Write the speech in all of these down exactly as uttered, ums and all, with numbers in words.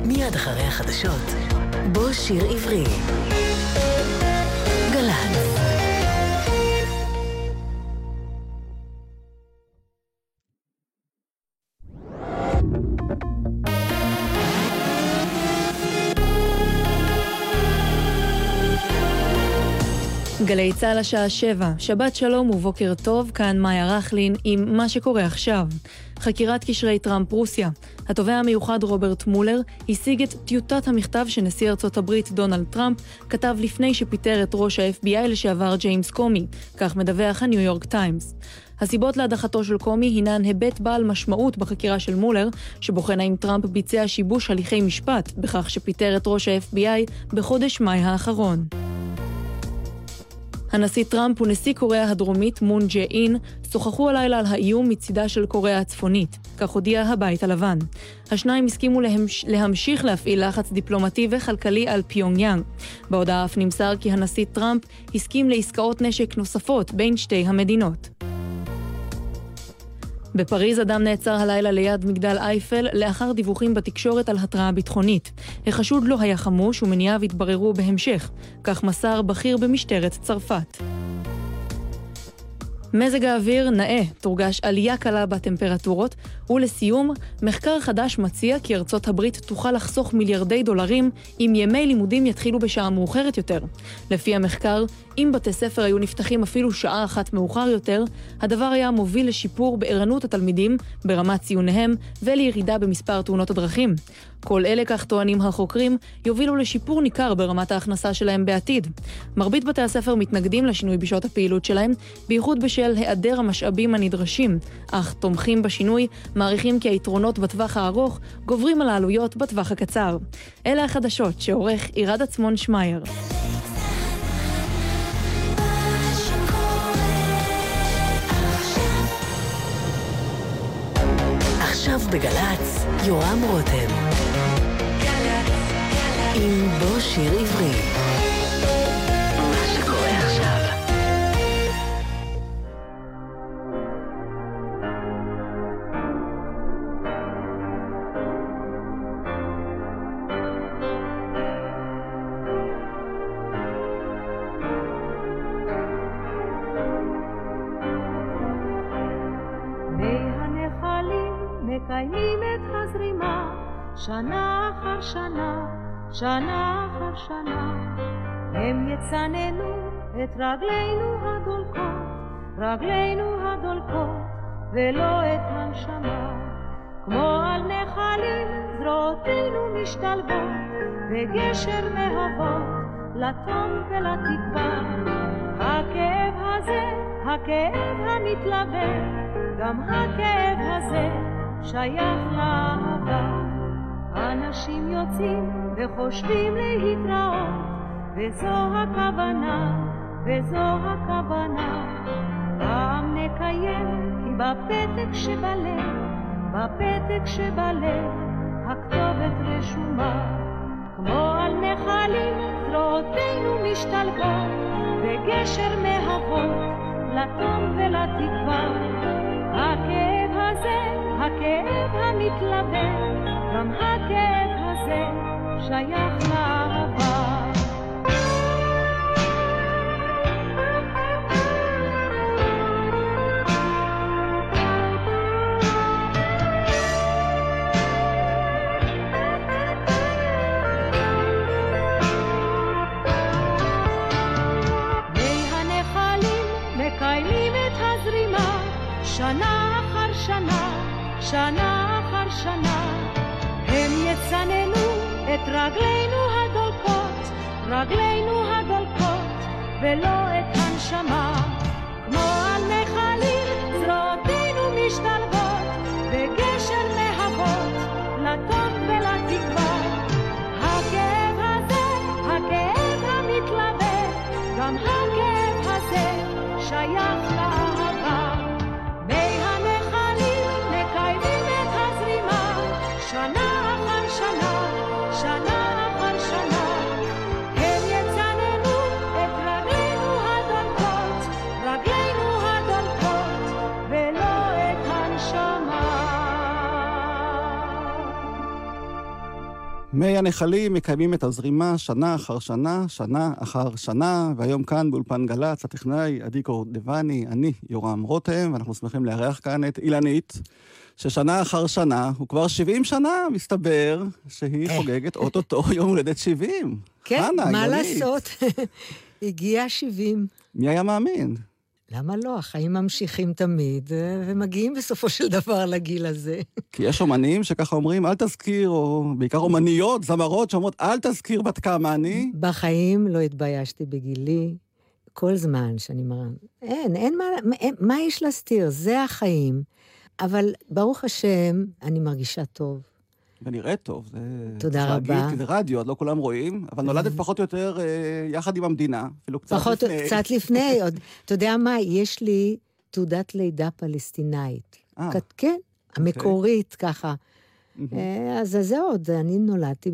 מיד אחרי החדשות, בוא שיר עברי. גל"צ. גלי צהל השעה שבע, שבת שלום ובוקר טוב, כאן מאיה רחלין עם מה שקורה עכשיו. חקירת קשרי טראמפ רוסיה. התובע המיוחד רוברט מולר השיג את טיוטת המכתב שנשיא ארצות הברית דונלד טראמפ כתב לפני שפיטר את ראש ה-אף בי איי לשעבר ג'יימס קומי, כך מדווח הניו יורק טיימס. הסיבות להדחתו של קומי הינן היבט בעל משמעות בחקירה של מולר, שבוחן האם טראמפ ביצע שיבוש הליכי משפט, בכך שפיטר את ראש ה-אף בי איי בחודש מאי האחרון. הנשיא טראמפ ונשיא קוריאה הדרומית מון ג'ה אין שוחחו הלילה על האיום מצידה של קוריאה הצפונית, כך הודיע הבית הלבן. השניים הסכימו להמש... להמשיך להפעיל לחץ דיפלומטי וכלכלי על פיונגיאנג. בהודעה אף נמסר כי הנשיא טראמפ הסכים לעסקאות נשק נוספות בין שתי המדינות. בפריז אדם נעצר הלילה ליד מגדל אייפל לאחר דיווחים בתקשורת על התראה ביטחונית. החשוד לא היה חמוש ומניעיו התבררו בהמשך, כך מסר בכיר במשטרת צרפת. מזג האוויר נאה, תורגש עלייה קלה בטמפרטורות, ולסיום, מחקר חדש מציע כי ארצות הברית תוכל לחסוך מיליארדי דולרים אם ימי לימודים יתחילו בשעה מאוחרת יותר. לפי המחקר, אם בתי ספר היו נפתחים אפילו שעה אחת מאוחר יותר, הדבר היה מוביל לשיפור בערנות התלמידים, ברמת ציוניהם ולירידה במספר תאונות הדרכים. כל אלה, כך טוענים החוקרים, יובילו לשיפור ניכר ברמת ההכנסה שלהם בעתיד. מרבית בתי הספר מתנגדים לשינוי בשעות הפעילות שלהם, בייחוד בשל היעדר המשאבים הנדרשים, אך תומכים בשינוי, מעריכים כי היתרונות בטווח הארוך גוברים על העלויות בטווח הקצר. אלה החדשות שעורך עירד עצמון שמייר. עכשיו בגל"צ, יורם רותם. עם בוא שיר עברי. מה שקורה עכשיו. מקיימים את הזרימה שנה אחר שנה, שנה אחר שנה. הם יצננו את רגלינו הדולקות, רגלינו הדולקות, ולא את הנשמה. כמו על נחלים זרועותינו משתלבות, וגשר מהוות לתום ולתקווה. הכאב הזה, הכאב המתלווה, גם הכאב הזה שייך לאהבה. אנשים יוצאים וחושבים להתראות, וזו הכוונה, וזו הכוונה. פעם נקיים, כי בפתק שבלב, בפתק שבלב, הכתובת רשומה. כמו על נחלים זרועותינו משתלבות, וגשר מהוות לתום ולתקווה. הכאב הזה, הכאב המתלווה, גם הכאב הזה שייך לאהבה. והנחלים מקיימים את הזרימה שנה אחר שנה, שנה אחר שנה. הם יצננו את רגלינו הדולקות, רגלינו הדולקות, ולא את הנשמה. כמו על נחלים זרועותינו משתלבות, בגשר להבות לתום ולתקווה. הכאב הזה, הכאב המתלווה, גם הכאב הזה שייך לאהבה. מהנחלים מקיימים את הזרימה שנה אחר שנה, שנה אחר שנה. הם יצננו את רגלינו הדולקות, רגלינו מי הנחלים מקיימים את הזרימה שנה אחר שנה, שנה אחר שנה, והיום כאן באולפן גלץ, הטכנאי עדי קורדבני, אני יורם רותם, ואנחנו שמחים לארח כאן את אילנית, ששנה אחר שנה, הוא כבר שבעים שנה, מסתבר שהיא חוגגת אוטוטו יום הולדת שבעים. כן, מה לעשות? הגיע שבעים. מי היה מאמין? למה לא? החיים ממשיכים תמיד, ומגיעים בסופו של דבר לגיל הזה. כי יש אומנים שככה אומרים, אל תזכיר, או בעיקר אומניות, זמרות שאומרות, אל תזכיר בת כמה אני. בחיים לא התביישתי בגילי, כל זמן שאני מראה, אין, אין מה, אין, מה יש להסתיר? זה החיים. אבל ברוך השם, אני מרגישה טוב. ונראה טוב. זה... תודה רבה. להגיד, כי זה רדיו, עוד לא כולם רואים, אבל נולדת פחות או יותר אה, יחד עם המדינה, אפילו קצת פחות, לפני. קצת לפני. עוד, אתה יודע מה? יש לי תעודת לידה פלסטינאית. אה. כן, המקורית, ככה. אז זה עוד, אני נולדתי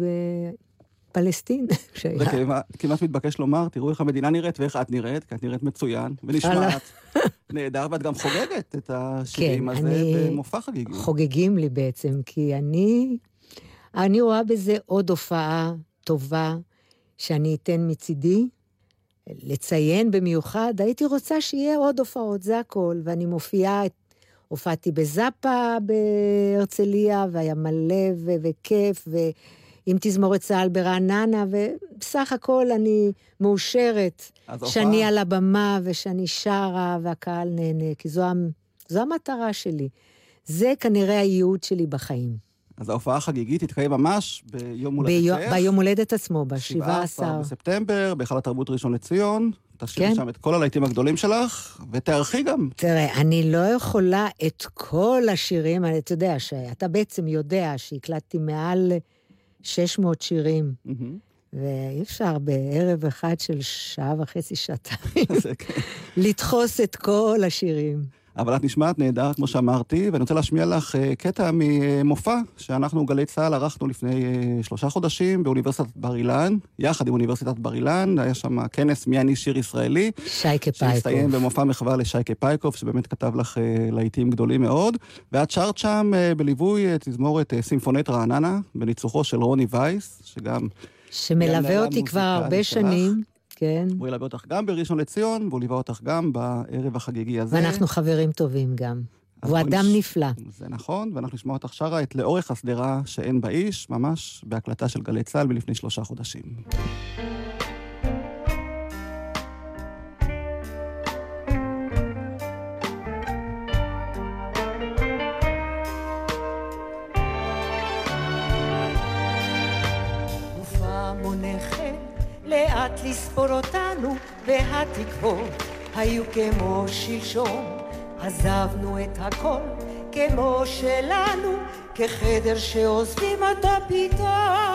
בפלסטין. זה כמעט מתבקש לומר, תראו איך המדינה נראית ואיך את נראית, כי את נראית מצוין, ונשמעת נהדר, ואת גם חוגגת את השירים הזה במופע חגיגי. חוגגים לי בעצם, כי אני, אני רואה בזה עוד הופעה טובה, שאני אתן מצידי, לציין במיוחד, הייתי רוצה שיהיה עוד הופעות, זה הכל, ואני מופיעה, הופעתי בזאפה בהרצליה, והיה מלא ו- וכיף, ועם תזמורת צהל ברעננה, ובסך הכל אני מאושרת, שאני על הבמה, ושאני שרה, והקהל נהנה, כי זו, זו המטרה שלי. זה כנראה הייעוד שלי בחיים. אז ההופעה החגיגית תתקיים ממש ביום הולדתך. ביום הולדת עצמו, ב-שבעה עשר בספטמבר, בהיכל התרבות ראשון לציון. תשאירי שם את כל הלהיטים הגדולים שלך, ותארחי גם. תראה, אני לא יכולה את כל השירים, אתה יודע, שאתה בעצם יודע שהקלטתי מעל שש מאות שירים, ואי אפשר בערב אחד של שעה וחצי שעתיים לדחוס את כל השירים. אבל את נשמעת נהדר, כמו שאמרתי, ואני רוצה להשמיע לך קטע ממופע שאנחנו גלי צהל ערכנו לפני שלושה חודשים באוניברסיטת בר אילן, יחד עם אוניברסיטת בר אילן, היה שם כנס מי אני שיר ישראלי. שייקה פייקוב. שהסתיים במופע מחווה לשייקה פייקוב, שבאמת כתב לך להיטים גדולים מאוד, ואת שרת שם בליווי תזמורת סימפונית רעננה, בניצוחו של רוני וייס, שגם... שמלווה אותי כבר הרבה שנים. כן. הוא ילווה אותך גם בראשון לציון, והוא ליווה אותך גם בערב החגיגי הזה. ואנחנו חברים טובים גם. הוא אדם נפלא. זה נכון, ואנחנו נשמע אותך שרה את לאורך הסדרה שאין באיש, ממש בהקלטה של גלי צהל מלפני שלושה חודשים. לאט לספור אותנו, והתקוות היו כמו שלשום. עזבנו את הכל כמו שלנו, כחדר שעוזבים אותו פתאום.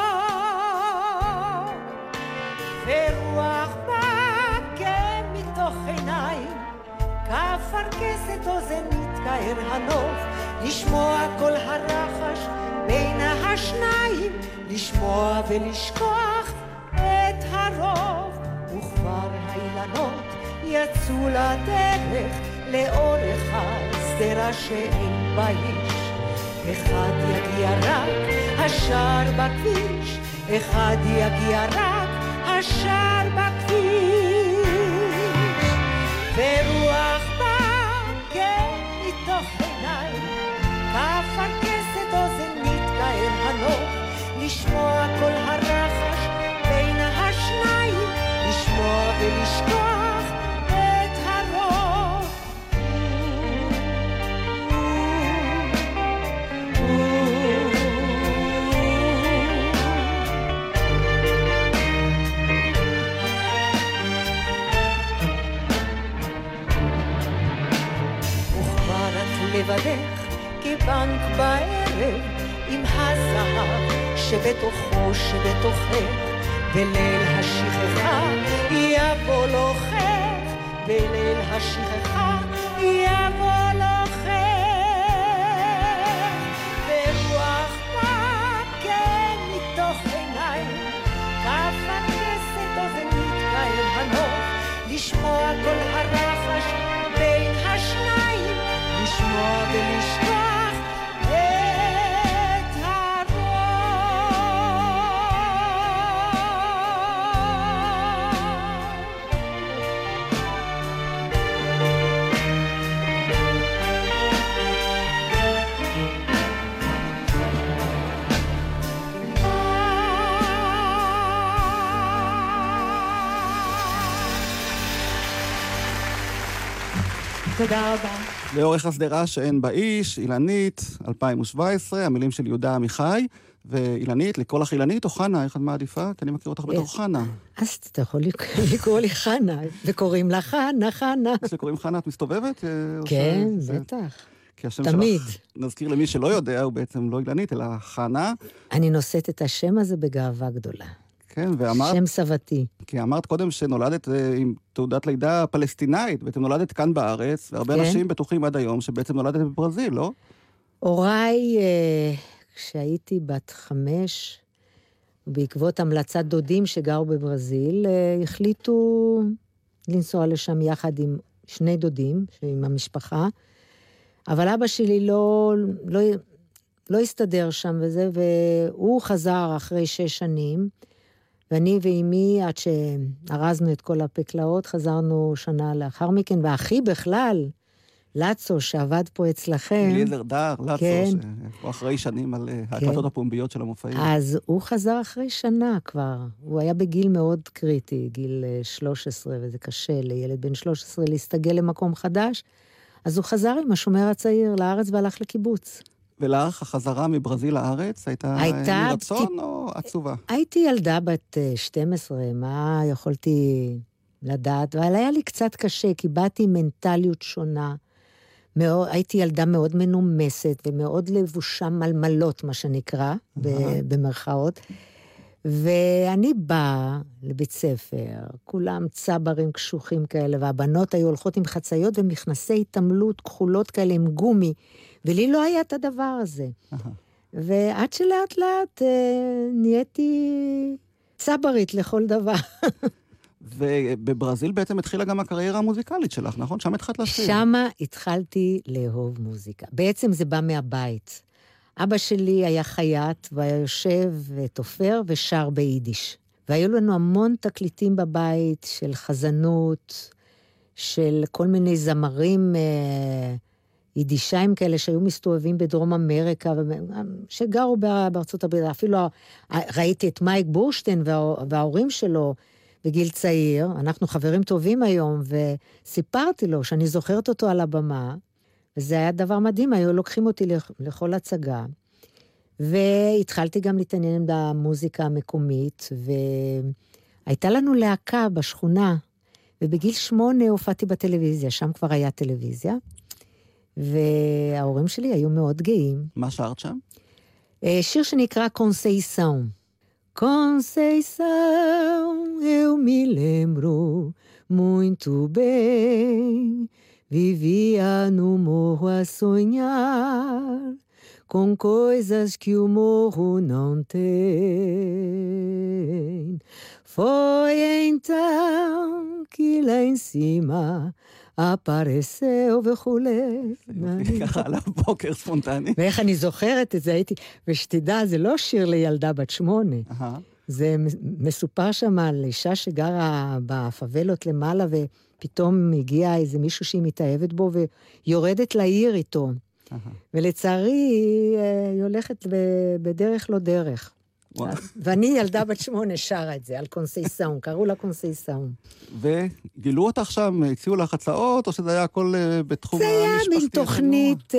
ורוח באה מתוך עיניים, כפרכסת אוזנית כאר הנוף, לשמוע כל הרחש בין השניים, לשמוע ולשכוח את הרוב. וכבר האילנות יצאו לדרך לאורך הסדרה שאין בה איש. אחד יגיע רק השאר בכביש, אחד יגיע רק השאר בכביש. ורוח באה כן מתוך עיניים, כפרכסת אוזנית כאר הנוף, לשמוע כל הרחש בין השניים, לשמוע ולשכוח את הרוב. וכבר את לבדך כבנק בערב, עם הזהב שבתוכו שבתוכך, בליל השכחה יבוא לוחך, בליל השכחה יבוא לוחך. ורוח באה כן מתוך עיניים, כפרכסת אוזנית כאר הנוף, לשמוע כל הרחש בין השניים, לשמוע ולשכוח את הרוב. תודה רבה. לאורך הסדרה שאין באיש, אילנית, אלפיים שבע עשרה, המילים של יהודה עמיחי, ואילנית, לקרוא לך אילנית או חנה, איך את מעדיפה? כי אני מכיר אותך בתור חנה. אז אתה יכול לקרוא לי חנה, וקוראים לה חנה, חנה. כשקוראים חנה את מסתובבת? כן, בטח. כי השם תמיד. שלך, נזכיר למי שלא יודע, הוא בעצם לא אילנית, אלא חנה. אני נושאת את השם הזה בגאווה גדולה. כן, ואמרת... שם סבתי. כי אמרת קודם שנולדת עם תעודת לידה פלסטינאית, בעצם נולדת כאן בארץ, והרבה כן. אנשים בטוחים עד היום שבעצם נולדת בברזיל, לא? הוריי, כשהייתי בת חמש, בעקבות המלצת דודים שגרו בברזיל, החליטו לנסוע לשם יחד עם שני דודים, עם המשפחה, אבל אבא שלי לא, לא, לא הסתדר שם וזה, והוא חזר אחרי שש שנים, ואני ואימי, עד שהרזנו את כל הפקלאות, חזרנו שנה לאחר מכן, ואחי בכלל, לצו, שעבד פה אצלכם. אליעזר דר, לצו, כן. שהוא אחראי שנים על ההקלטות הפומביות של המופעים. אז הוא חזר אחרי שנה כבר. הוא היה בגיל מאוד קריטי, גיל שלוש עשרה, וזה קשה לילד בן שלוש עשרה להסתגל למקום חדש. אז הוא חזר עם השומר הצעיר לארץ והלך לקיבוץ. ולך, החזרה מברזיל לארץ, הייתה, הייתה מרצון טיפ... או עצובה? הייתי ילדה בת שתים עשרה, מה יכולתי לדעת? אבל היה לי קצת קשה, כי באתי עם מנטליות שונה. מאוד, הייתי ילדה מאוד מנומסת, ומאוד לבושה מלמלות, מה שנקרא, במרכאות. ואני באה לבית ספר, כולם צברים קשוחים כאלה, והבנות היו הולכות עם חציות ומכנסי התעמלות כחולות כאלה עם גומי, ולי לא היה את הדבר הזה. ועד שלאט לאט אה, נהייתי צברית לכל דבר. ובברזיל בעצם התחילה גם הקריירה המוזיקלית שלך, נכון? שם התחלת לשיר. שמה התחלתי לאהוב מוזיקה. בעצם זה בא מהבית. אבא שלי היה חייט, והיה יושב ותופר ושר ביידיש. והיו לנו המון תקליטים בבית של חזנות, של כל מיני זמרים אה, יידישיים כאלה שהיו מסתובבים בדרום אמריקה, שגרו בארצות הברית. אפילו ראיתי את מייק בורשטיין וה, וההורים שלו בגיל צעיר. אנחנו חברים טובים היום, וסיפרתי לו שאני זוכרת אותו על הבמה, וזה היה דבר מדהים, היו לוקחים אותי לכל הצגה, והתחלתי גם להתעניין במוזיקה המקומית, והייתה לנו להקה בשכונה, ובגיל שמונה הופעתי בטלוויזיה, שם כבר היה טלוויזיה, וההורים שלי היו מאוד גאים. מה שרת שם? שיר שנקרא קונסייסאון. Conceição, eu me lembro muito bem, vivia no morro a sonhar com coisas que o morro não tem. Foi então que lá em cima apareceu וכולי. ככה על הבוקר ספונטני. ואיך אני זוכרת את זה, הייתי, ושתדע, זה לא שיר לילדה בת שמונה. זה מסופר שם על אישה שגרה בפאבלות למעלה, ופתאום הגיע איזה מישהו שהיא מתאהבת בו, ויורדת לעיר איתו. ולצערי, היא הולכת בדרך לא דרך. ואני ילדה בת שמונה שרה את זה, על קונסייסאון, קראו לה קונסייסאון. וגילו אותך שם, הציעו לך הצעות, או שזה היה הכל בתחום המשפחתי? זה היה מין תוכנית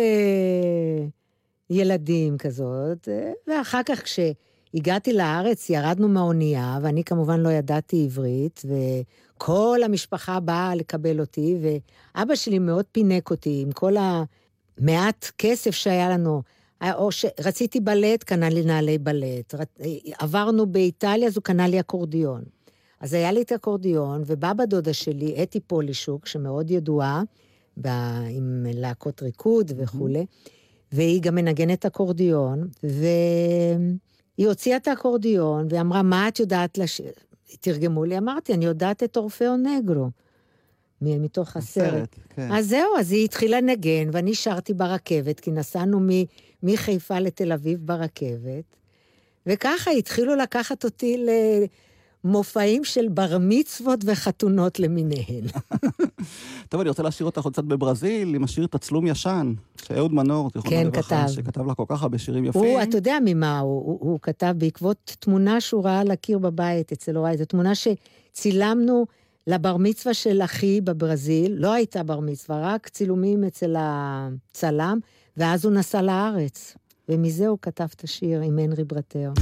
ילדים כזאת, ואחר כך כשהגעתי לארץ, ירדנו מהאונייה, ואני כמובן לא ידעתי עברית, וכל המשפחה באה לקבל אותי, ואבא שלי מאוד פינק אותי, עם כל המעט כסף שהיה לנו, או שרציתי בלט, קנה לי נעלי בלט. עברנו באיטליה, אז הוא קנה לי אקורדיון. אז היה לי את האקורדיון, ובבא דודה שלי, אתי פולישוק, שמאוד ידועה, עם להקות ריקוד וכו', והיא גם מנגנת אקורדיון, והיא הוציאה את האקורדיון, ואמרה, מה את יודעת לשיר? תרגמו לי, אמרתי, אני יודעת את אורפאו נגרו. מתוך הסרט. כן. אז זהו, אז היא התחילה לנגן, ואני שרתי ברכבת, כי נסענו מחיפה לתל אביב ברכבת, וככה התחילו לקחת אותי למופעים של בר מצוות וחתונות למיניהן. טוב, אני רוצה להשאיר אותך עוד קצת בברזיל, עם השיר תצלום ישן, שאהוד מנור, כן, כתב. שכתב לה כל כך הרבה שירים יפים. הוא, אתה יודע ממה, הוא, הוא, הוא כתב בעקבות תמונה שהוא ראה על הקיר בבית אצל הוריי, זו תמונה שצילמנו לבר מצווה של אחי בברזיל, לא הייתה בר מצווה, רק צילומים אצל הצלם, ואז הוא נסע לארץ. ומזה הוא כתב את השיר עם הנרי ברטר.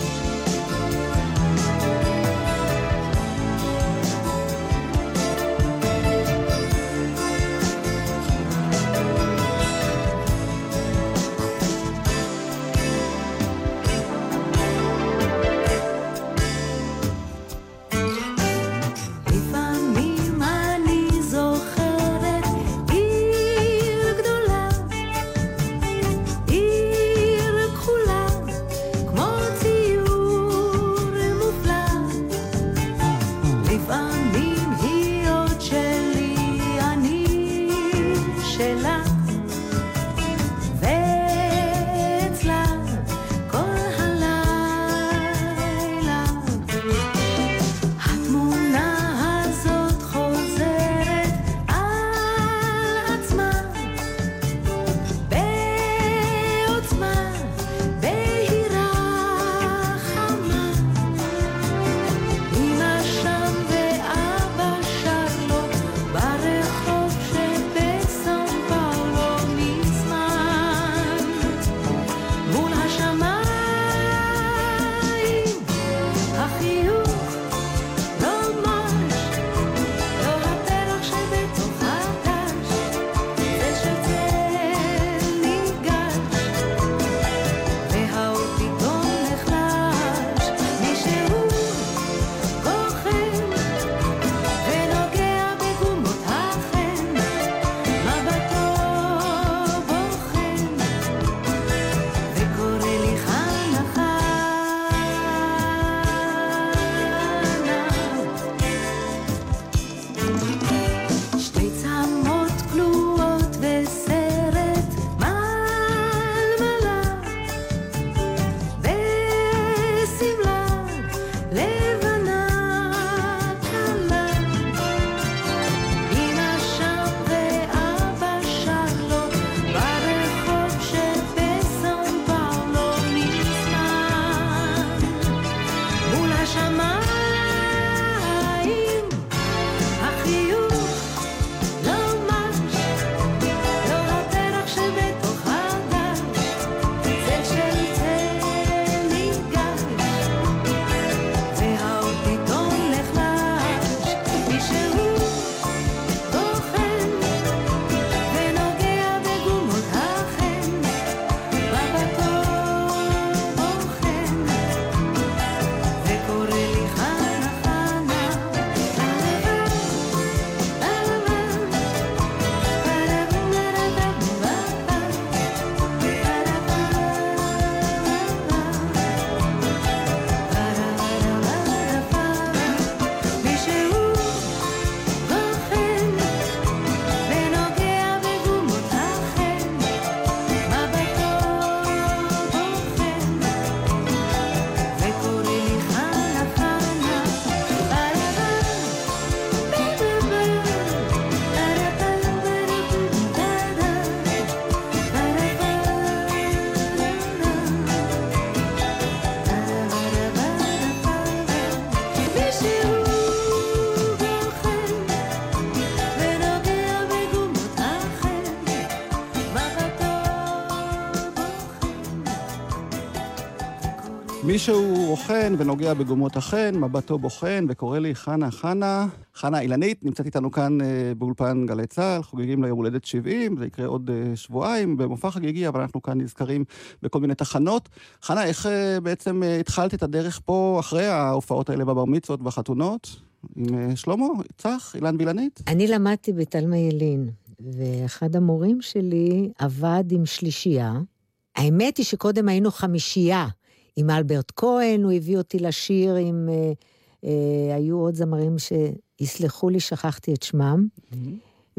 מישהו רוחן ונוגע בגומות החן, מבטו בוחן וקורא לי חנה חנה. חנה אילנית נמצאת איתנו כאן אה, באולפן גלי צהל, חוגגים ליום הולדת שבעים, זה יקרה עוד אה, שבועיים במופע חגיגי, אבל אנחנו כאן נזכרים בכל מיני תחנות. חנה, איך אה, בעצם אה, התחלת את הדרך פה אחרי ההופעות האלה בבר מצוות בחתונות? עם אה, שלמה, צח, אילן וילנית? אני למדתי בתלמה ילין, ואחד המורים שלי עבד עם שלישייה. האמת היא שקודם היינו חמישייה, עם אלברט כהן, הוא הביא אותי לשיר עם, אה, אה, היו עוד זמרים שיסלחו לי, שכחתי את שמם, mm-hmm.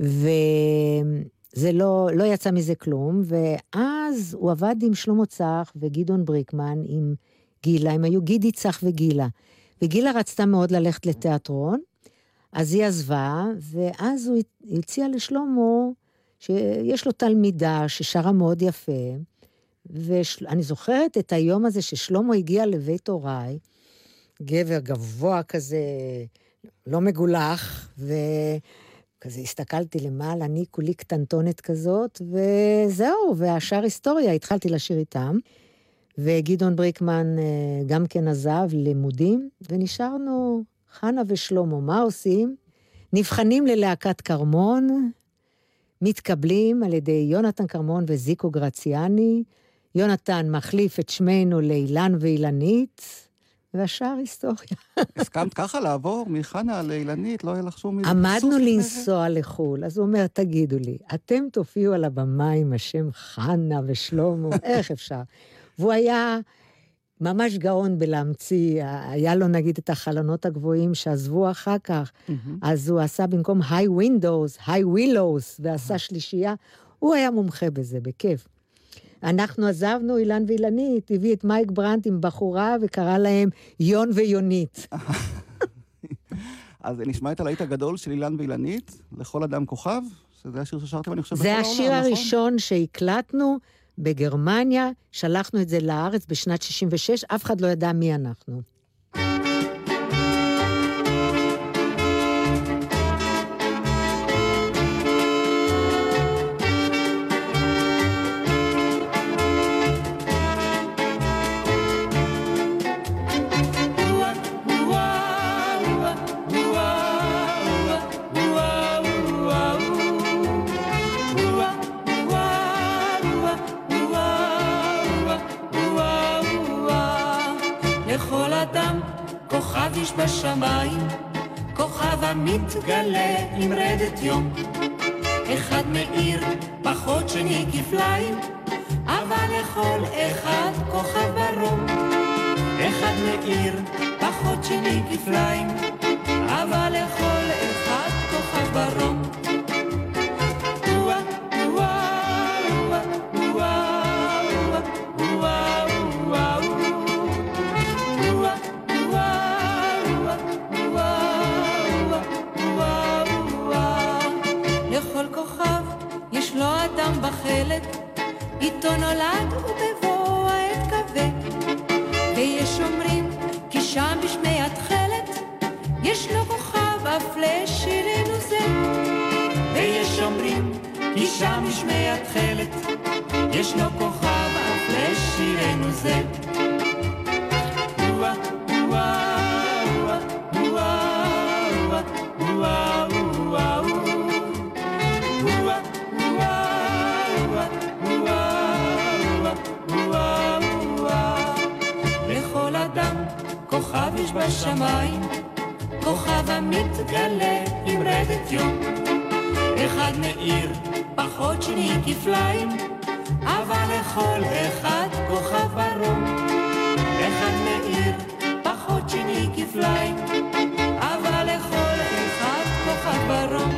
וזה לא, לא יצא מזה כלום, ואז הוא עבד עם שלמה צח וגדעון בריקמן, עם גילה, הם היו גידי צח וגילה, וגילה רצתה מאוד ללכת לתיאטרון, אז היא עזבה, ואז הוא הציע לשלמה, שיש לו תלמידה ששרה מאוד יפה, ואני זוכרת את היום הזה ששלמה הגיע לבית הוריי, גבר גבוה כזה, לא מגולח, וכזה הסתכלתי למעלה, אני כולי קטנטונת כזאת, וזהו, והשאר היסטוריה, התחלתי לשיר איתם, וגדעון בריקמן גם כן עזב לימודים, ונשארנו חנה ושלמה, מה עושים? נבחנים ללהקת קרמון, מתקבלים על ידי יונתן קרמון וזיקו גרציאני, יונתן מחליף את שמנו לאילן ואילנית, והשאר היסטוריה. הסכמת ככה לעבור מחנה לאילנית, לא היה לך שום... עמדנו לנסוע לחול, אז הוא אומר, תגידו לי, אתם תופיעו על הבמה עם השם חנה ושלמה, איך אפשר? והוא היה ממש גאון בלהמציא, היה לו נגיד את החלונות הגבוהים שעזבו אחר כך, אז הוא עשה במקום high windows, high willows, ועשה שלישייה, הוא היה מומחה בזה, בכיף. אנחנו עזבנו אילן ואילנית, הביא את מייק ברנט עם בחורה, וקרא להם יון ויונית. אז נשמע את הלהיט הגדול של אילן ואילנית, לכל אדם כוכב, שזה השיר ששרתם, אני חושב, בכל העולם, זה השיר הראשון שהקלטנו בגרמניה, שלחנו את זה לארץ בשנת שישים ושש, אף אחד לא ידע מי אנחנו. בשמיים, כוכב המתגלה עם רדת יום. אחד מאיר, פחות שני כפליים, אבל לכל אחד כוכב ברום. אחד מאיר, פחות שני כפליים, אבל לכל אחד כוכב ברום. איתו נולד ובבוא העת כבד, ויש אומרים כי שם בשמי התחלת יש לו כוכב אף לשירנו זה. ויש אומרים כי שם בשמי התחלת יש לו כוכב אף לשירנו זה. וואה וואה וואה וואה וואה כוכב יש בשמיים, כוכב המתגלה עם רדת יום. אחד מאיר, פחות שני כפליים, אבל לכל אחד כוכב ברום. אחד מאיר, פחות שני כפליים, אבל לכל אחד כוכב ברום.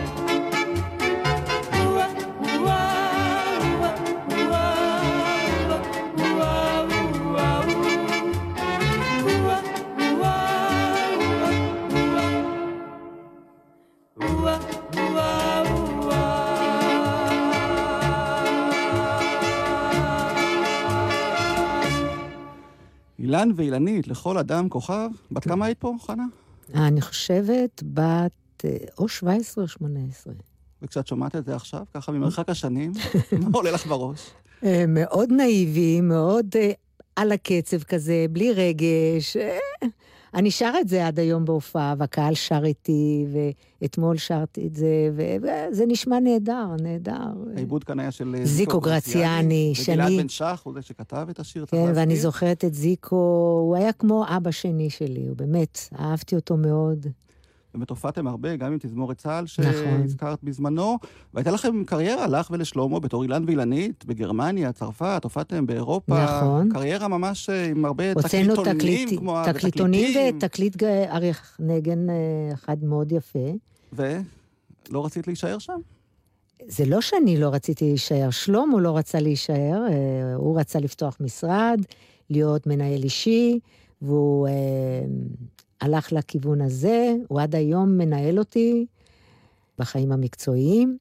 אילן ואילנית, לכל אדם כוכב. בת כמה היית פה, חנה? אני חושבת בת או שבע עשרה או שמונה עשרה. וכשאת שומעת את זה עכשיו, ככה ממרחק השנים, מה עולה לך בראש? מאוד נאיבי, מאוד על הקצב כזה, בלי רגש. אני שרה את זה עד היום בהופעה, והקהל שר איתי, ואתמול שרתי את זה, וזה נשמע נהדר, נהדר. העיבוד כאן היה של זיקו גרציאני, וגלעד בן שח, הוא זה שכתב את השיר. כן, ואני זוכרת את זיקו, הוא היה כמו אבא שני שלי, הוא באמת, אהבתי אותו מאוד. באמת הופעתם הרבה, גם עם תזמורת צה"ל שהזכרת בזמנו, והייתה לכם קריירה לך ולשלמה בתור אילן ואילנית, בגרמניה, צרפת, הופעתם באירופה, נכון. קריירה ממש עם הרבה תקליטונים, כמו תקליטונים ותקליט אריך נגן אחד מאוד יפה. ולא רצית להישאר שם? זה לא שאני לא רציתי להישאר, שלמה לא רצה להישאר, הוא רצה לפתוח משרד, להיות מנהל אישי, והוא הלך לכיוון הזה, הוא עד היום מנהל אותי בחיים המקצועיים,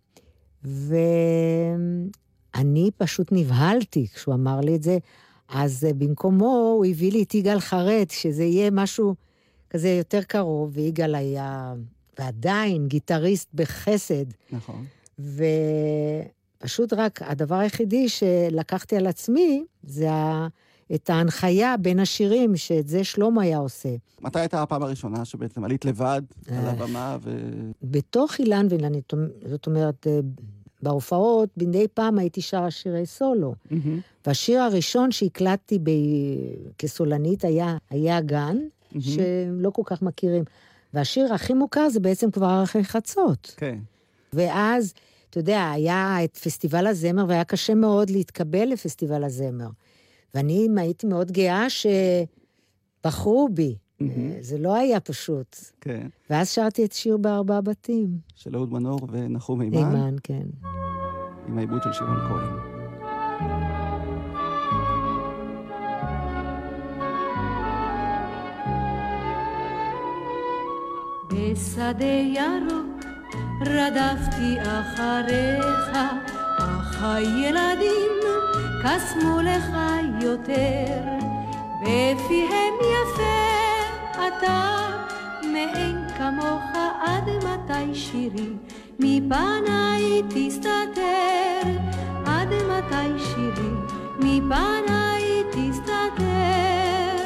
ואני פשוט נבהלתי כשהוא אמר לי את זה, אז במקומו הוא הביא לי את יגאל חרט, שזה יהיה משהו כזה יותר קרוב, ויגאל היה, ועדיין, גיטריסט בחסד. נכון. ופשוט רק הדבר היחידי שלקחתי על עצמי, זה ה... את ההנחיה בין השירים, שאת זה שלום היה עושה. מתי הייתה הפעם הראשונה שבעצם עלית לבד על הבמה ו... בתוך אילן וילנית, זאת אומרת, בהופעות, מדי פעם הייתי שרה שירי סולו. והשיר הראשון שהקלטתי ב... כסולנית היה, היה גן, שלא כל כך מכירים. והשיר הכי מוכר זה בעצם כבר אחרי חצות. כן. ואז, אתה יודע, היה את פסטיבל הזמר, והיה קשה מאוד להתקבל לפסטיבל הזמר. ואני הייתי מאוד גאה שבחרו בי. Mm-hmm. זה לא היה פשוט. כן. ואז שרתי את שיר בארבעה בתים. של אהוד מנור ונחום אימן. אימן, כן. עם העיבוד של שמעון כהן. בשדה ירוק רדפתי אחריך, אך הילדים קסמו לך יותר, בפיהם יפה אתה, מאין כמוך עד מתי שירי, מפניי תסתתר, עד מתי שירי, מפניי תסתתר.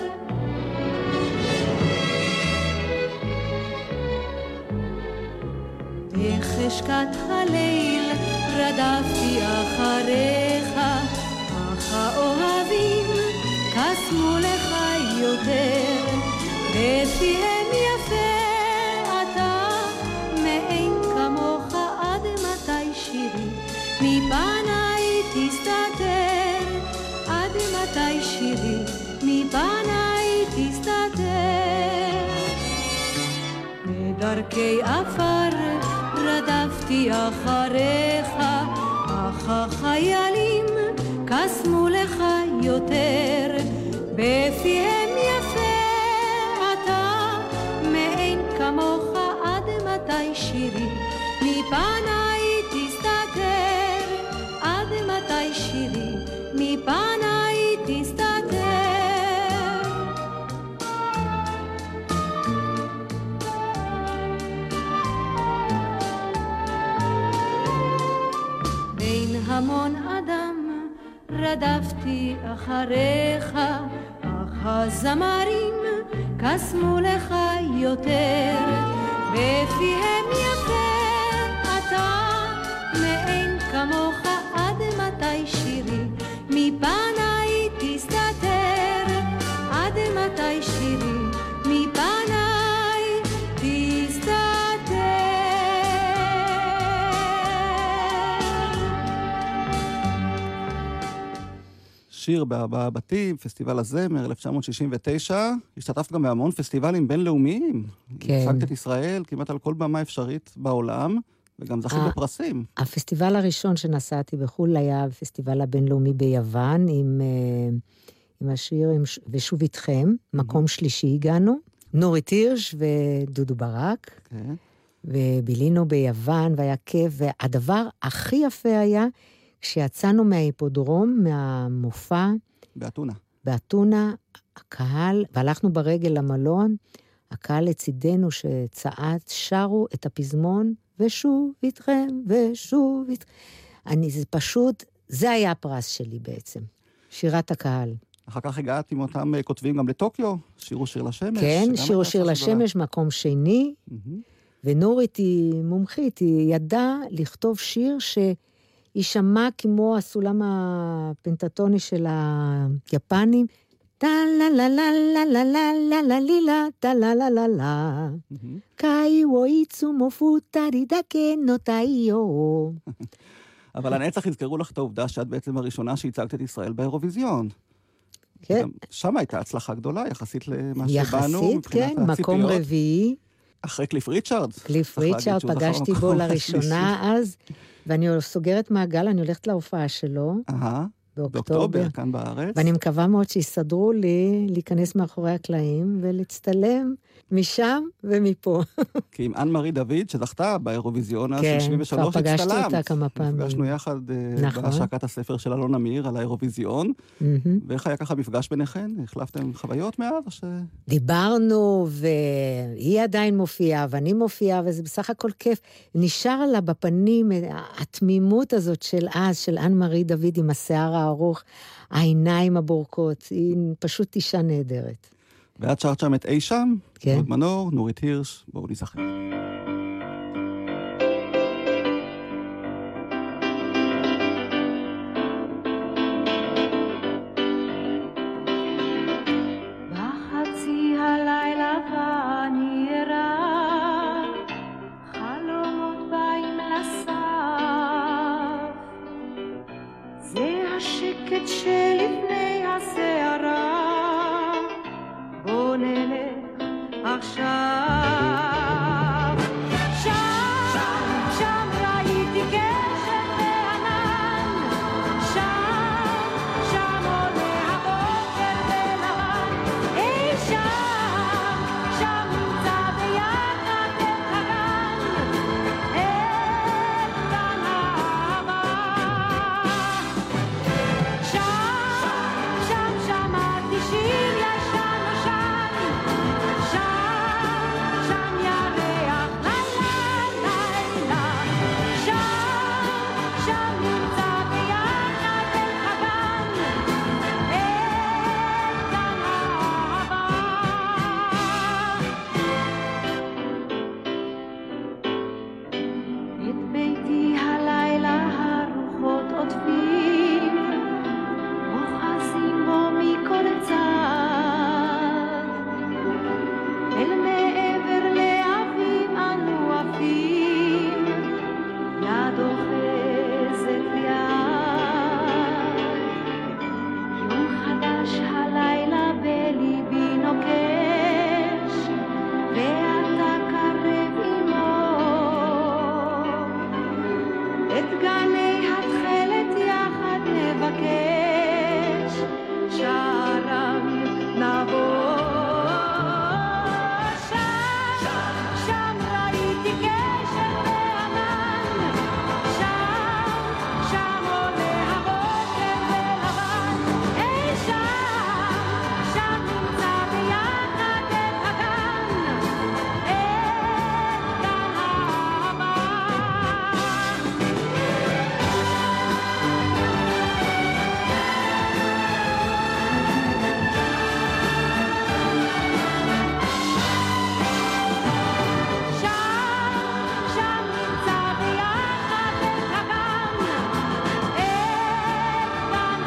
בחשכת הליל רדפתי אחריך, אך האוהבים קסמו לך יותר, בפיהם יפה אתה, מאין כמוך עד מתי שירי, מפניי תסתתר, עד מתי שירי, מפניי תסתתר. בדרכי עפר רדפתי אחריך, אך החיילים קסמו לך יותר, בפיהם יפה אתה, מאין כמוך עד מתי שירי, מפניי תסתתר, עד מתי שירי, מפניי תסתתר. המון אדם רדפתי אחריך, אך הזמרים קסמו לך יותר, בפיהם יפה אתה, מאין כמוך עד מתי שירי, מפניי תסתתר, עד מתי שירי, מפניי תסתתר. שיר בארבעה בתים, פסטיבל הזמר, אלף תשע מאות שישים ותשע. השתתפת גם בהמון פסטיבלים בינלאומיים. כן. ייצגת את ישראל כמעט על כל במה אפשרית בעולם, וגם זכית בפרסים. הפסטיבל הראשון שנסעתי בחו"ל היה הפסטיבל הבינלאומי ביוון, עם, עם השיר ושוב איתכם, מקום שלישי הגענו, נורית הירש ודודו ברק, כן. ובילינו ביוון, והיה כיף, והדבר הכי יפה היה, כשיצאנו מההיפודרום, מהמופע, באתונה. באתונה, הקהל, והלכנו ברגל למלון, הקהל לצידנו שצעד, שרו את הפזמון, ושוב איתכם, ושוב איתכם. אני, זה פשוט, זה היה הפרס שלי בעצם, שירת הקהל. אחר כך הגעת עם אותם כותבים גם לטוקיו, שירו שיר לשמש. כן, שירו שיר לשמש, מקום שני, mm-hmm. ונורית היא מומחית, היא ידעה לכתוב שיר ש... היא שמעה כמו הסולם הפנטטוני של היפנים, טה-לה-לה-לה-לה-לה-לה-לה-לה-לה-לה, טה-לה-לה-לה-לה, קאי וואיצו מופוטרי דקה נוטאיו. אבל הנצח יזכרו לך את העובדה שאת בעצם הראשונה שהצגת את ישראל באירוויזיון. כן. שם הייתה הצלחה גדולה, יחסית למה שבאנו. יחסית, כן, מקום רביעי. אחרי קליף ריצ'ארד. קליף ריצ'ארד, פגשתי בו לראשונה אז, ואני סוגרת מעגל, אני הולכת להופעה שלו, באוקטובר. באוקטובר, כאן בארץ. ואני מקווה מאוד שיסדרו לי להיכנס מאחורי הקלעים ולהצטלם משם ומפה. כי עם אן מארי דוד, שזכתה באירוויזיון של כן, שבעים ושלוש, כבר פגשתי הצטלמת. אותה כמה פעמים. נפגשנו יחד אה, נכון. בהשקת הספר של אלון אמיר על האירוויזיון. מהמם. ואיך היה ככה מפגש ביניכן? החלפתם חוויות מאז? או ש... דיברנו, והיא עדיין מופיעה, ואני מופיעה, וזה בסך הכל כיף. נשאר לה בפנים התמימות הזאת של אז, של אן מארי דוד עם השיער הארוך, העיניים הבורקות, היא פשוט אישה נהדרת. ואת שרת שם את אי שם, כן. אהוד מנור, נורית הירש, בואו נזכר. בחצי הלילה ואני ערה, חלומות באים לסף, זה השקט שלפני הסערה, בוא נלך עכשיו. שם, שם ראיתי קשת וענן, שם, שם עולה הבוקר בלבן, אי שם, שם נמצא ביחד את הגן, את גן האהבה. שם, שם שמעתי שיר ישן נושן, שם, שם ירח לילה לילה, שם, שם נמצא ביחד את הגן, את גן האהבה. את ביתי הלילה הרוחות עוטפים, אוחזים בו מכל צד, אל מעבר לאביב אנו עפים, יד אוחזת יד. יום חדש הלילה בליבי נוקש, ואתה קרב עמו, את גני התכלת יחד נבקש, שרם נבוא. שם, שם ראיתי קשת וענן, שם, שם עולה הבוקר בלבן, אי שם, שם נמצא ביחד את הגן, את גן האהבה. שם, שם נמצא ביחד את הגן, את גן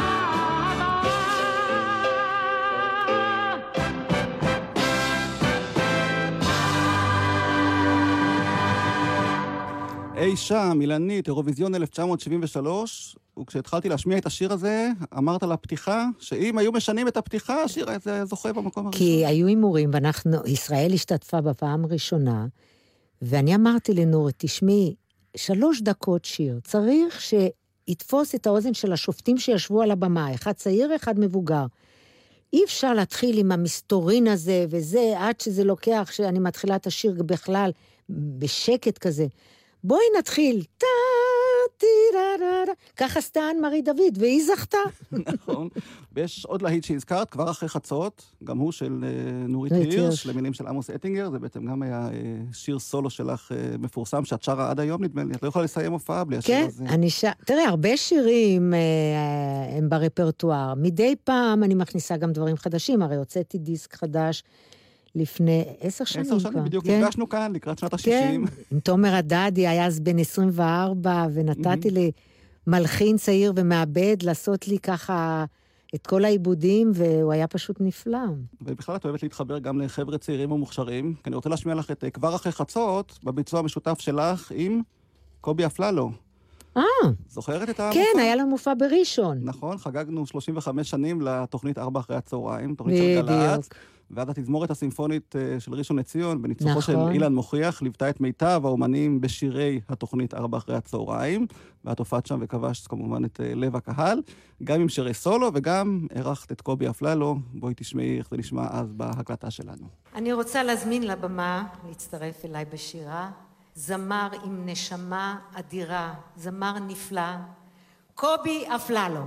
האהבה. אי שם, אילנית, אירוויזיון אלף תשע מאות שבעים ושלוש, וכשהתחלתי להשמיע את השיר הזה, אמרת לפתיחה, שאם היו משנים את הפתיחה, השיר הזה זוכה במקום הראשון. כי היו הימורים, ואנחנו, ישראל השתתפה בפעם הראשונה, ואני אמרתי לנורית, תשמעי, שלוש דקות שיר, צריך שיתפוס את האוזן של השופטים שישבו על הבמה, אחד צעיר, אחד מבוגר. אי אפשר להתחיל עם המסתורין הזה, וזה, עד שזה לוקח, שאני מתחילה את השיר בכלל, בשקט כזה. בואי נתחיל, טה, טירררה, כך עשתה אן מארי דוד, והיא זכתה. נכון. ויש עוד להיט שהזכרת, כבר אחרי חצות, גם הוא של אה, נורית נורית הירש, הירש. למילים של עמוס אטינגר, זה בעצם גם היה אה, שיר סולו שלך אה, מפורסם, שאת שרה עד היום, נדמה לי, את לא יכולה לסיים הופעה בלי השיר כן, הזה. אני ש... תראה, הרבה שירים אה, הם ברפרטואר. מדי פעם אני מכניסה גם דברים חדשים, הרי הוצאתי דיסק חדש לפני עשר שנים עשר כבר. שנים, בדיוק כן? נפגשנו כאן, לקראת שנת כן, ה-שישים. עם תומר הדדי, היה אז בן עשרים וארבע, ונתתי למלחין צעיר ומעבד לעשות לי ככה את כל העיבודים, והוא היה פשוט נפלא. ובכלל את אוהבת להתחבר גם לחבר'ה צעירים ומוכשרים, כי אני רוצה להשמיע לך את אה, כבר אחרי חצות, בביצוע המשותף שלך עם קובי אפללו. אה, זוכרת את המופע? כן, היה לו מופע בראשון. נכון, חגגנו שלושים וחמש שנים לתוכנית ארבע אחרי הצהריים, תוכנית של גל"צ. בדיוק. ואז התזמורת הסימפונית של ראשון לציון, בניצוחו נכון. של אילן מוכיח, ליוותה את מיטב האומנים בשירי התוכנית ארבע אחרי הצהריים, ואת הופעת שם וכבשת כמובן את לב הקהל, גם עם שירי סולו וגם ערכת את קובי אפללו. בואי תשמעי איך זה נשמע אז בהקלטה שלנו. אני רוצה להזמין לבמה, להצטרף אליי בשירה, זמר עם נשמה אדירה, זמר נפלא, קובי אפללו.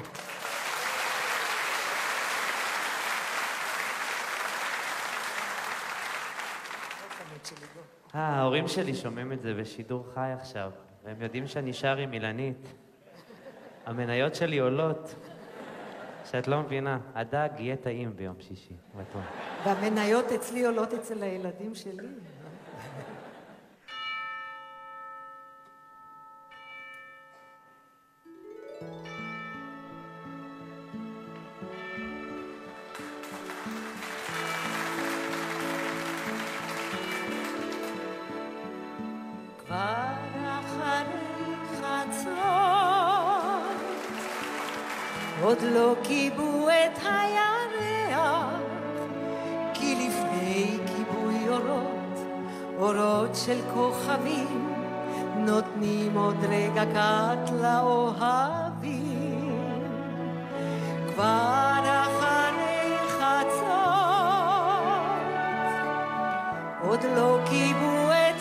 ההורים שלי שומעים את זה בשידור חי עכשיו, והם יודעים שאני שר עם אילנית. המניות שלי עולות, שאת לא מבינה, הדג יהיה טעים ביום שישי, בטוח. והמניות אצלי עולות אצל הילדים שלי. עוד לא קיבו את הירח, כי לפני כיבוי אורות, אורות של כוכבים, נותנים עוד רגע קט לאוהבים. כבר אחרי חצות, עוד לא קיבו את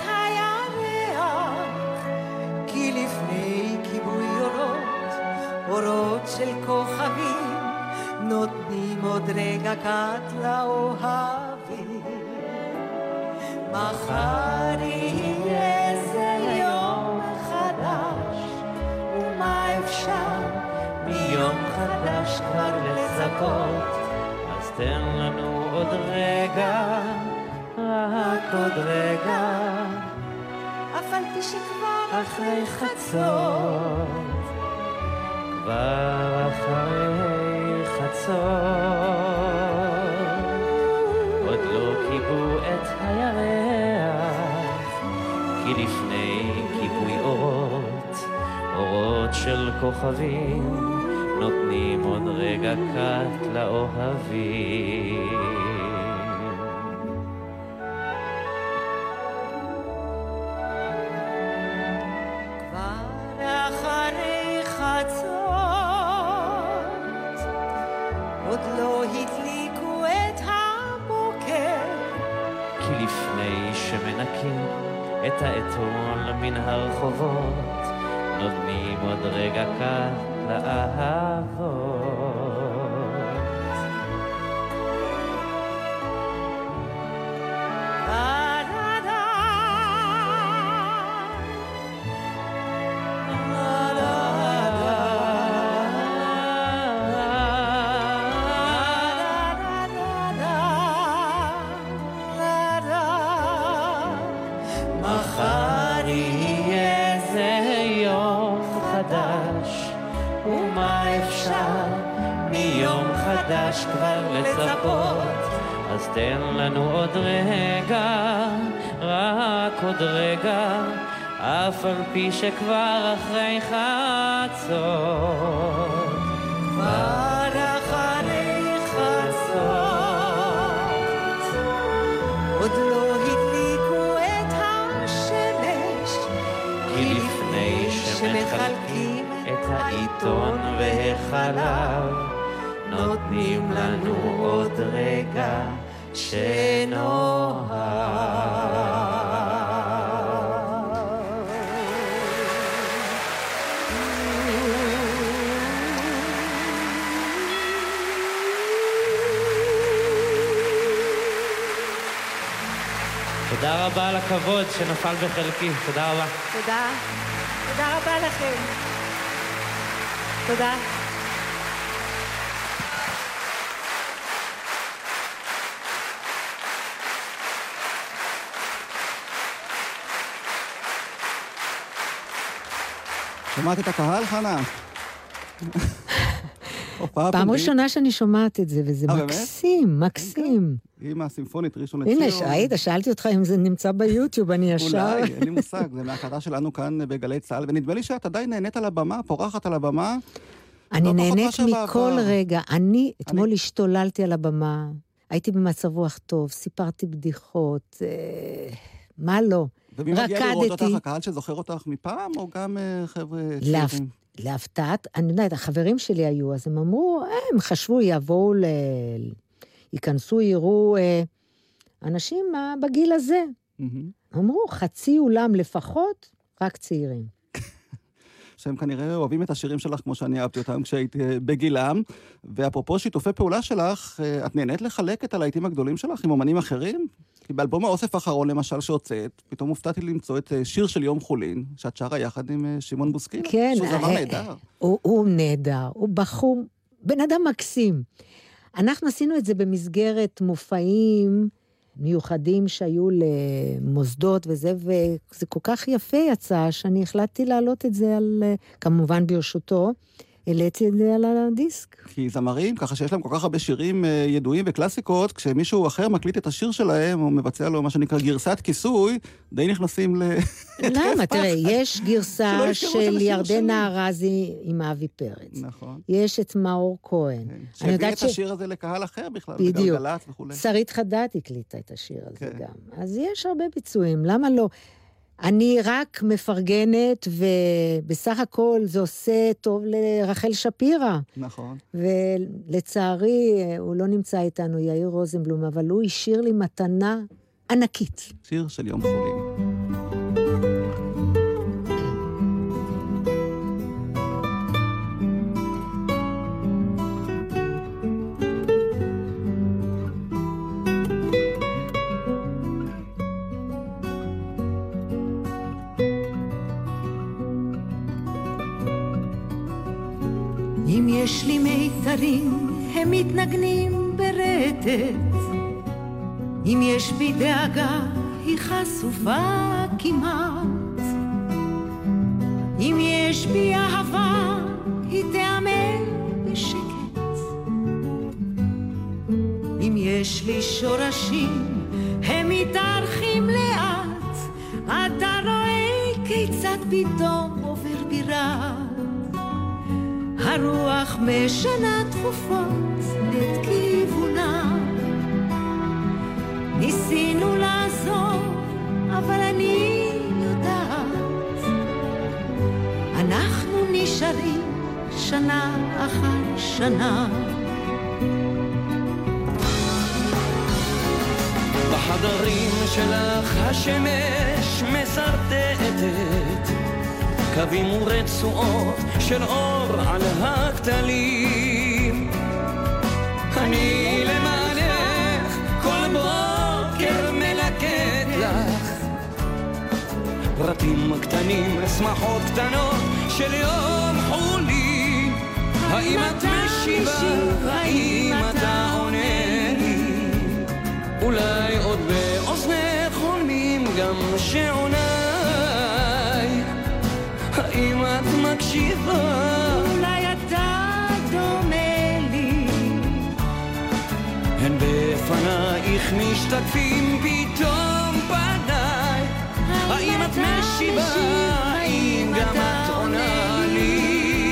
הירח, כי לפני כיבוי אורות, אורות של כוכבים, נותנים עוד רגע קט לאוהבים. מחר יהיה זה יום חדש, ומה אפשר מיום חדש כבר לצפות? אז תן לנו עוד רגע, רק עוד רגע, אף על פי שכבר אחרי חצות, כבר אחרי חצות, עוד לא כיבו את הירח, כי לפני כיבוי אורות, אורות של כוכבים, נותנים עוד רגע קט לאוהבים. את האתון מן הרחובות, נותנים עוד רגע קט לאהבות. חדש כבר לצפות, אז תן לנו עוד רגע, רק עוד רגע, אף על פי שכבר אחרי חצות, כבר אחרי חצות, עוד לא הדליקו את השמש, כי לפני שמחלקים את העיתון והחלב, נותנים לנו עוד רגע שנוהב. תודה רבה על הכבוד שנפל בחלקי. תודה רבה. תודה. תודה רבה לכם. תודה. שמעת את הקהל, חנה? פעם ראשונה שאני שומעת את זה, וזה מקסים, מקסים. עם הסימפונית ראשון לציון. הנה, עאידה, שאלתי אותך אם זה נמצא ביוטיוב, אני ישר... אולי, אין לי מושג, זה מהקלטה שלנו כאן בגלי צה"ל, ונדמה לי שאת עדיין נהנית על הבמה, פורחת על הבמה. אני נהנית מכל רגע. אני אתמול השתוללתי על הבמה. הייתי במצב רוח טוב, סיפרתי בדיחות, אה, מה לא? ומי מגיע רקדתי. לראות אותך, הקהל שזוכר אותך מפעם, או גם אה, חבר'ה להפ... צעירים? להפתעת, אני יודעת, החברים שלי היו, אז הם אמרו, הם חשבו, יבואו, ל... ייכנסו, יראו אה, אנשים מה, בגיל הזה. Mm-hmm. אמרו, חצי אולם לפחות, רק צעירים. שהם כנראה אוהבים את השירים שלך כמו שאני אהבתי אותם כשהייתי בגילם. ואפרופו שיתופי פעולה שלך, את נהנית לחלק את הלהיטים הגדולים שלך עם אומנים אחרים? כי באלבום האוסף האחרון למשל שהוצאת, פתאום הופתעתי למצוא את שיר של יום חולין, שאת שרה יחד עם שמעון בוסקילה. כן. שהוא זמר נהדר. הוא, הוא נהדר, הוא בחור, בן אדם מקסים. אנחנו עשינו את זה במסגרת מופעים מיוחדים שהיו למוסדות וזה, וזה כל כך יפה יצא, שאני החלטתי להעלות את זה על, כמובן ברשותו, העליתי את זה על הדיסק. כי זמרים, ככה שיש להם כל כך הרבה שירים ידועים וקלאסיקות, כשמישהו אחר מקליט את השיר שלהם, הוא מבצע לו מה שנקרא גרסת כיסוי, די נכנסים ל... למה? תראה, יש גרסה של ירדנה ארזי עם אבי פרץ. נכון. יש את מאור כהן. שהביא את השיר הזה לקהל אחר בכלל, בגלגלת וכו'. שרית חדד הקליטה את השיר הזה גם. אז יש הרבה ביצועים, למה לא? אני רק מפרגנת, ובסך הכל זה עושה טוב לרחל שפירא. נכון. ולצערי, הוא לא נמצא איתנו, יאיר רוזנבלום, אבל הוא השאיר לי מתנה ענקית. שיר של יום חולין. אם יש לי מיתרים, הם מתנגנים ברטט. אם יש בי דאגה, היא חשופה כמעט. אם יש בי אהבה, היא תאמר בשקט. אם יש לי שורשים, הם מתארחים לאט. אתה רואה כיצד פתאום עובר בירה. הרוח משנה תכופות את כיוונה. ניסינו לעזור, אבל אני יודעת, אנחנו נשארים שנה אחר שנה. בחדרים שלך השמש מסרטטת קווים ורצועות של אור על הכתלים. אני למענך כל בוקר מלקט לך פרטים קטנים, שמחות קטנות של יום חולין. האם את משיבה? האם אתה עונה לי? אולי עוד באוזנך חולמים גם שעונה. האם את מקשיבה? אולי אתה דומה לי. הן בפנייך משתקפים פתאום פניי. האם את משיבה? האם גם את עונה לי?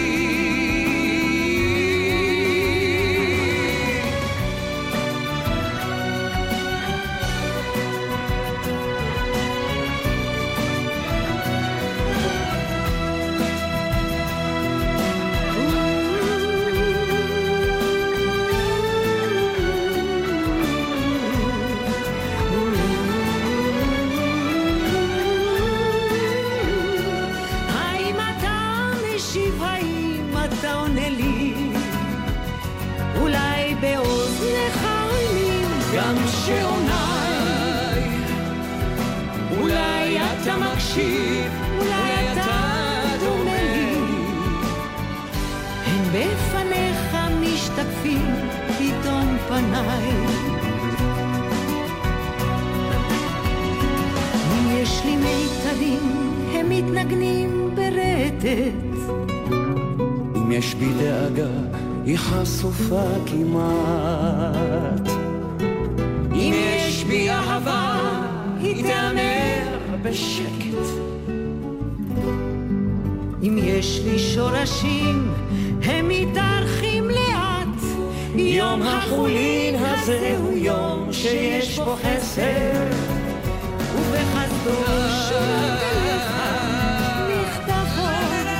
אולי אתה מקשיב, אולי אתה דומה לי. הן בפניך משתקפים פתאום פניי. אם יש לי מיתרים, הם מתנגנים ברטט. אם יש בי דאגה, היא חשופה כמעט. אם יש בי אהבה, היא תאמר בשקט. אם יש לי שורשים, הם מתארחים לאט. יום החולין הזה הוא יום שיש בו חסד, ובחסדו שורות אליך נכתבות.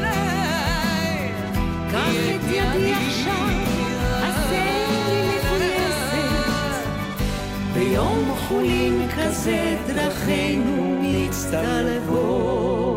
קח את ידי עכשיו, עשה לי מפויסת, ביום חולין כזה דרכינו מצטלבות.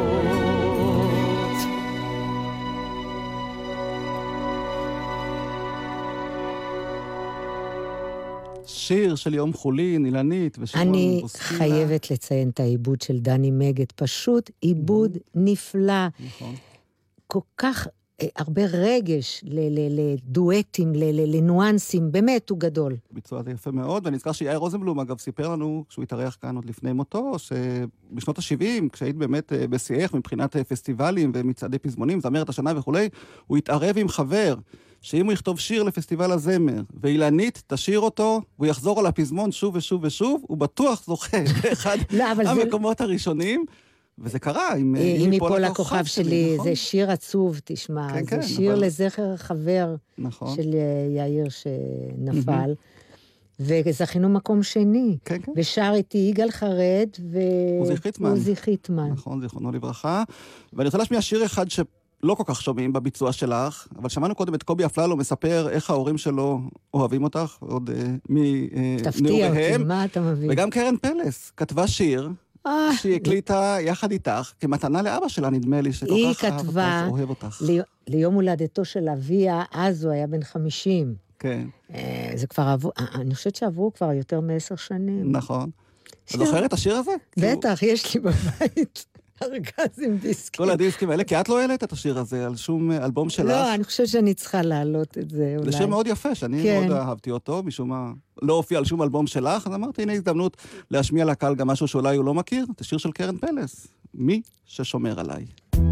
שיר של יום חולין, אילנית ושמעון אני בוסקילה. חייבת לציין את העיבוד של דני מגד, פשוט עיבוד נפלא. נכון. כל כך אה, הרבה רגש ל- ל- לדואטים, ל- ל- לנואנסים, באמת הוא גדול. ביצוע הזה יפה מאוד, ואני נזכר שיאיר רוזנבלום, אגב, סיפר לנו, כשהוא התארח כאן עוד לפני מותו, שבשנות ה-שבעים, כשהיית באמת אה, בשיאך מבחינת אה, פסטיבלים ומצעדי פזמונים, זמרת השנה וכולי, הוא התערב עם חבר, שאם הוא יכתוב שיר לפסטיבל הזמר, ואילנית תשאיר אותו, הוא יחזור על הפזמון שוב ושוב ושוב, הוא בטוח זוכה באחד לא, אבל זה- המקומות הראשונים, וזה קרה עם אה, עם אם מפה לכוכב שלי, נכון? זה שיר עצוב, תשמע, כן, זה כן, שיר אבל- לזכר חבר נכון. של אה, יאיר שנפל, וזכינו מקום שני. כן, כן. ושר איתי יגאל חרד עוזי חיטמן. ועוזי חיטמן. נכון, זיכרונו לברכה. ואני רוצה להשמיע שיר אחד שלא כל כך שומעים בביצוע שלך, אבל שמענו קודם את קובי אפללו מספר איך ההורים שלו אוהבים אותך, עוד אה, תפתיע אותי, מנעוריהם. מה אתה מביא? וגם קרן פלס כתבה שיר, אה, שהיא הקליטה יחד איתך, כמתנה לאבא שלה, נדמה לי, שכל היא כך אהב כתבה אותך, אוהב אותך. לי- ליום הולדתו של אביה, אז הוא היה בן חמישים. כן, אה, זה כבר עברו, אה, אני חושבת שעברו כבר יותר מעשר שנים. נכון. את שיר- זוכרת את השיר הזה? כאילו, בטח, יש לי בבית ארגז עם דיסקים. כל הדיסקים האלה, כי את לא העלית את השיר הזה על שום אלבום שלך. לא, אני חושבת שאני צריכה להעלות את זה אולי. זה שיר מאוד יפה, שאני כן. מאוד אהבתי אותו, משום מה לא הופיע על שום אלבום שלך, אז אמרתי, הנה הזדמנות להשמיע לקהל גם משהו שאולי הוא לא מכיר, את השיר של קרן פלס, מי ששומר עליי.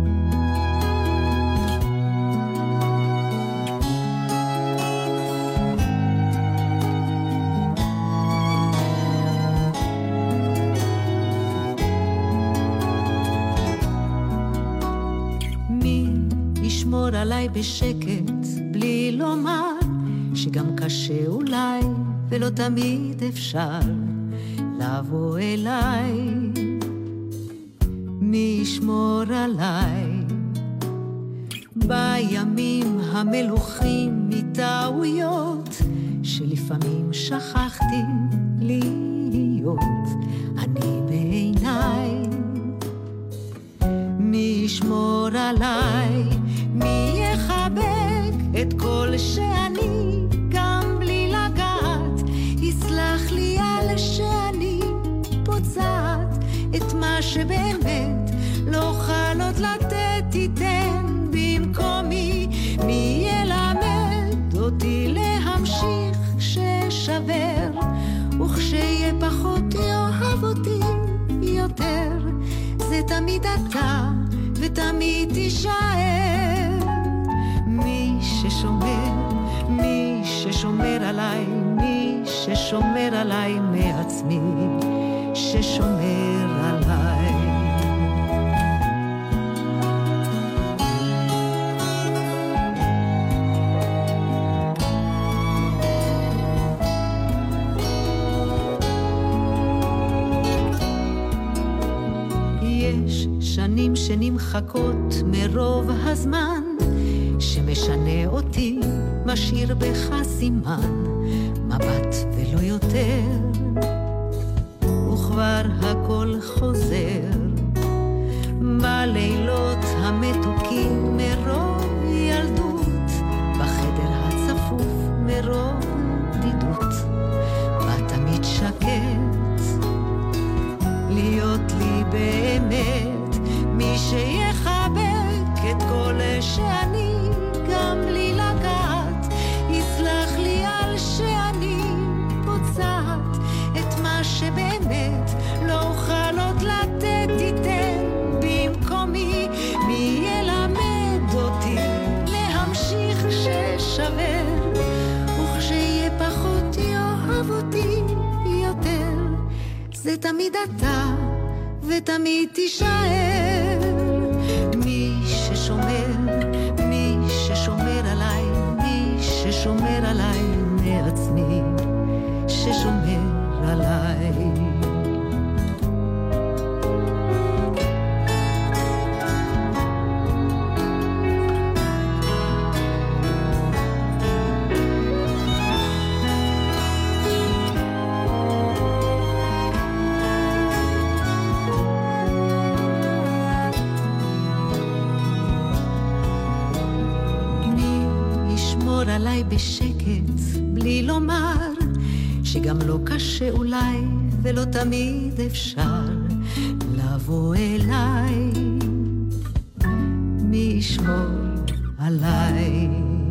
מי ישמור עליי בשקט בלי לומר שגם קשה אולי ולא תמיד אפשר לבוא אליי. מי ישמור עליי בימים המלוכים מטעויות שלפעמים שכחתי להיות אני בעיניי. מי ישמור עליי, מי יחבק את כל שאני גם בלי לגעת, יסלח לי על שאני פוצעת את מה שבאמת לא אוכל עוד לתת, תיתן במקומי. מי ילמד אותי להמשיך כששבר, וכשיהיה פחות יאהב אותי יותר. זה תמיד אתה ותמיד תישאר. מי ששומר, מי ששומר עליי, מי ששומר עליי מעצמי, ששומר עליי. יש שנים שנמחקות מרוב הזמן שמשנה אותי, משאיר בך סימן, מבט ולא יותר, וכבר הכל חוזר בלילות המתוקים מרוב ילדות, בחדר הצפוף מרוב בדידות, ותמיד שקט להיות לי באמת מי שיחבק את כל שאני גם בלי לגעת, יסלח לי על שאני פוצעת את מה שבאמת לא אוכל עוד לתת, תיתן במקומי. מי ילמד אותי להמשיך כששבר, וכשיהיה פחות יאהב אותי יותר. זה תמיד אתה ותמיד תישאר. מי ששומר, מי ששומר עליי, מי ששומר ששומר עליי מעצמי, ששומר עליי. עליי בשקט, בלי לומר שגם לא קשה אולי ולא תמיד אפשר לבוא אליי. מי ישמור עליי?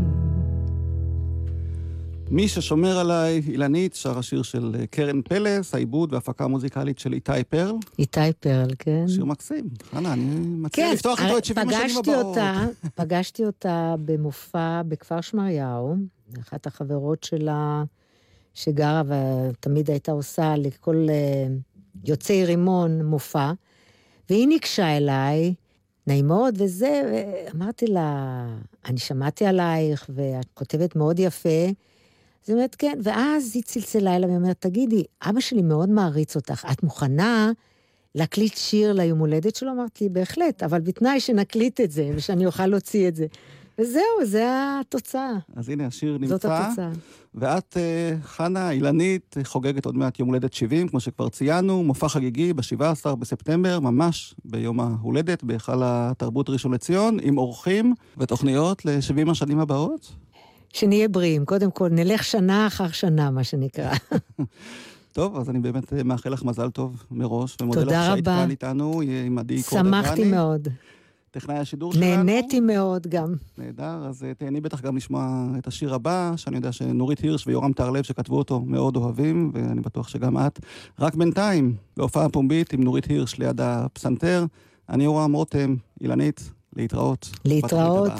מי ששומר עליי, אילנית, שר השיר של קרן פלס, העיבוד והפקה מוזיקלית של איתי פרל. איתי פרל, כן. שיר מקסים. חנה, אני מציע כן, לפתוח איתו את שבעים השנים הבאות. אותה, פגשתי אותה במופע בכפר שמריהו, אחת החברות שלה שגרה ותמיד הייתה עושה לכל יוצאי רימון מופע, והיא ניגשה אליי, נעימות וזה, ואמרתי לה, אני שמעתי עלייך ואת כותבת מאוד יפה, זאת אומרת, כן, ואז היא צלצלה אליי ואומרת, תגידי, אבא שלי מאוד מעריץ אותך, את מוכנה להקליט שיר ליום הולדת שלו? אמרתי, בהחלט, אבל בתנאי שנקליט את זה, ושאני אוכל להוציא את זה. וזהו, זה התוצאה. אז הנה, השיר נמצא. זאת התוצאה. ואת, חנה, אילנית, חוגגת עוד מעט יום הולדת שבעים, כמו שכבר ציינו, מופע חגיגי ב-שבעה עשר בספטמבר, ממש ביום ההולדת, בהיכל התרבות ראשון לציון, עם אורחים ותוכניות ל-שבעים השנים הבאות. שנהיה בריאים, קודם כל, נלך שנה אחר שנה, מה שנקרא. טוב, אז אני באמת מאחל לך מזל טוב מראש, ומודה לך שהיית כאן איתנו, עם עדי קורדבני. שמחתי מאוד. טכנאי השידור שלנו. נהניתי מאוד גם. נהדר, אז תהני בטח גם לשמוע את השיר הבא, שאני יודע שנורית הירש ויורם תרלב שכתבו אותו מאוד אוהבים, ואני בטוח שגם את. רק בינתיים, בהופעה פומבית עם נורית הירש ליד הפסנתר, אני יורם רותם, אילנית, להתראות. להתראות.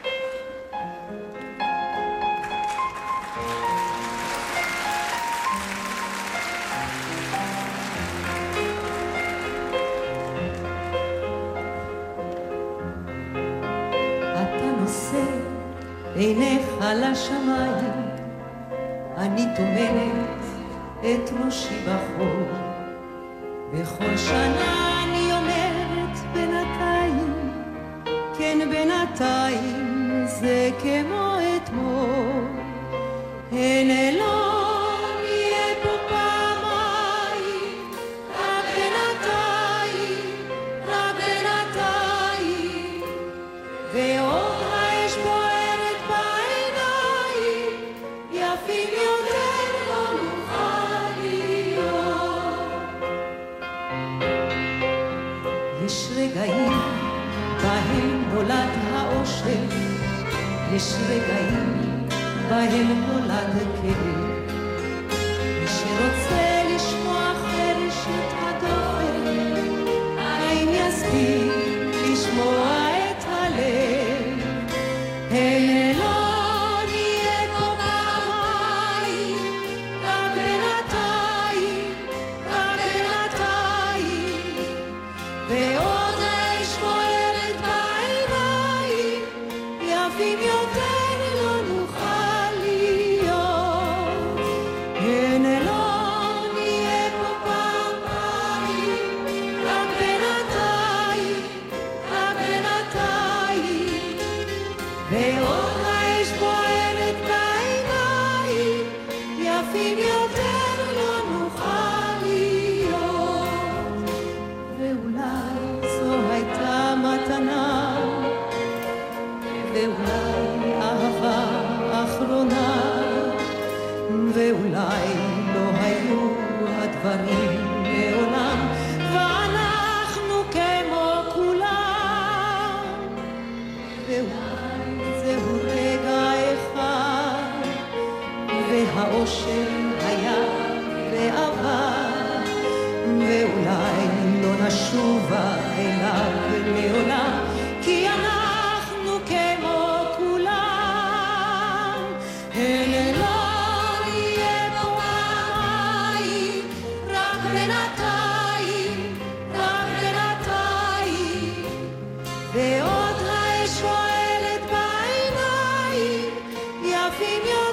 עיניך לשמיים, אני תומנת את ראשי בחור. בכל שנה אני אומרת בינתיים, כן בינתיים זה כמו אתמול. הנה לא נהיה פה פעמיים, רק בינתיים, רק בינתיים. ועוד האש בוערת בעיניים, יפים יותר לא נוכל להיות. יש רגעים בהם נולד האושר, יש רגעים בהם נולד כאב. מי שרוצה לשמוע חרש את הדופן, האם יספיק לשמוע את הלב? הנה לא נהיה פה פעמיים, רק בינתיים, רק בינתיים. ועוד האש בוערת בעיניים, יפים יותר לא נוכל להיות. הנה לא נהיה פה פעמיים, רק בינתיים, רק בינתיים. ועוד האש בוערת בעיניים, יפים יותר לא נוכל להיות. ואולי זו הייתה מתנה, ואולי אהבה אחרונה, ואולי לא היו הדברים מעולם, ואנחנו כמו כולם. ואולי זהו רגע אחד, והאושר היה ועבר, ואולי לא נשובה אליו לעולם, כי אנחנו כמו כולם. הנה לא נהיה פה פעמיים, רק בינתיים, רק בינתיים. ועוד האש בוערת בעיניים, יפים יותר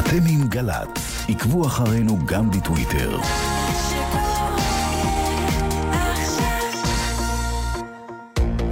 אתם עם גל"צ, עקבו אחרינו גם בטוויטר.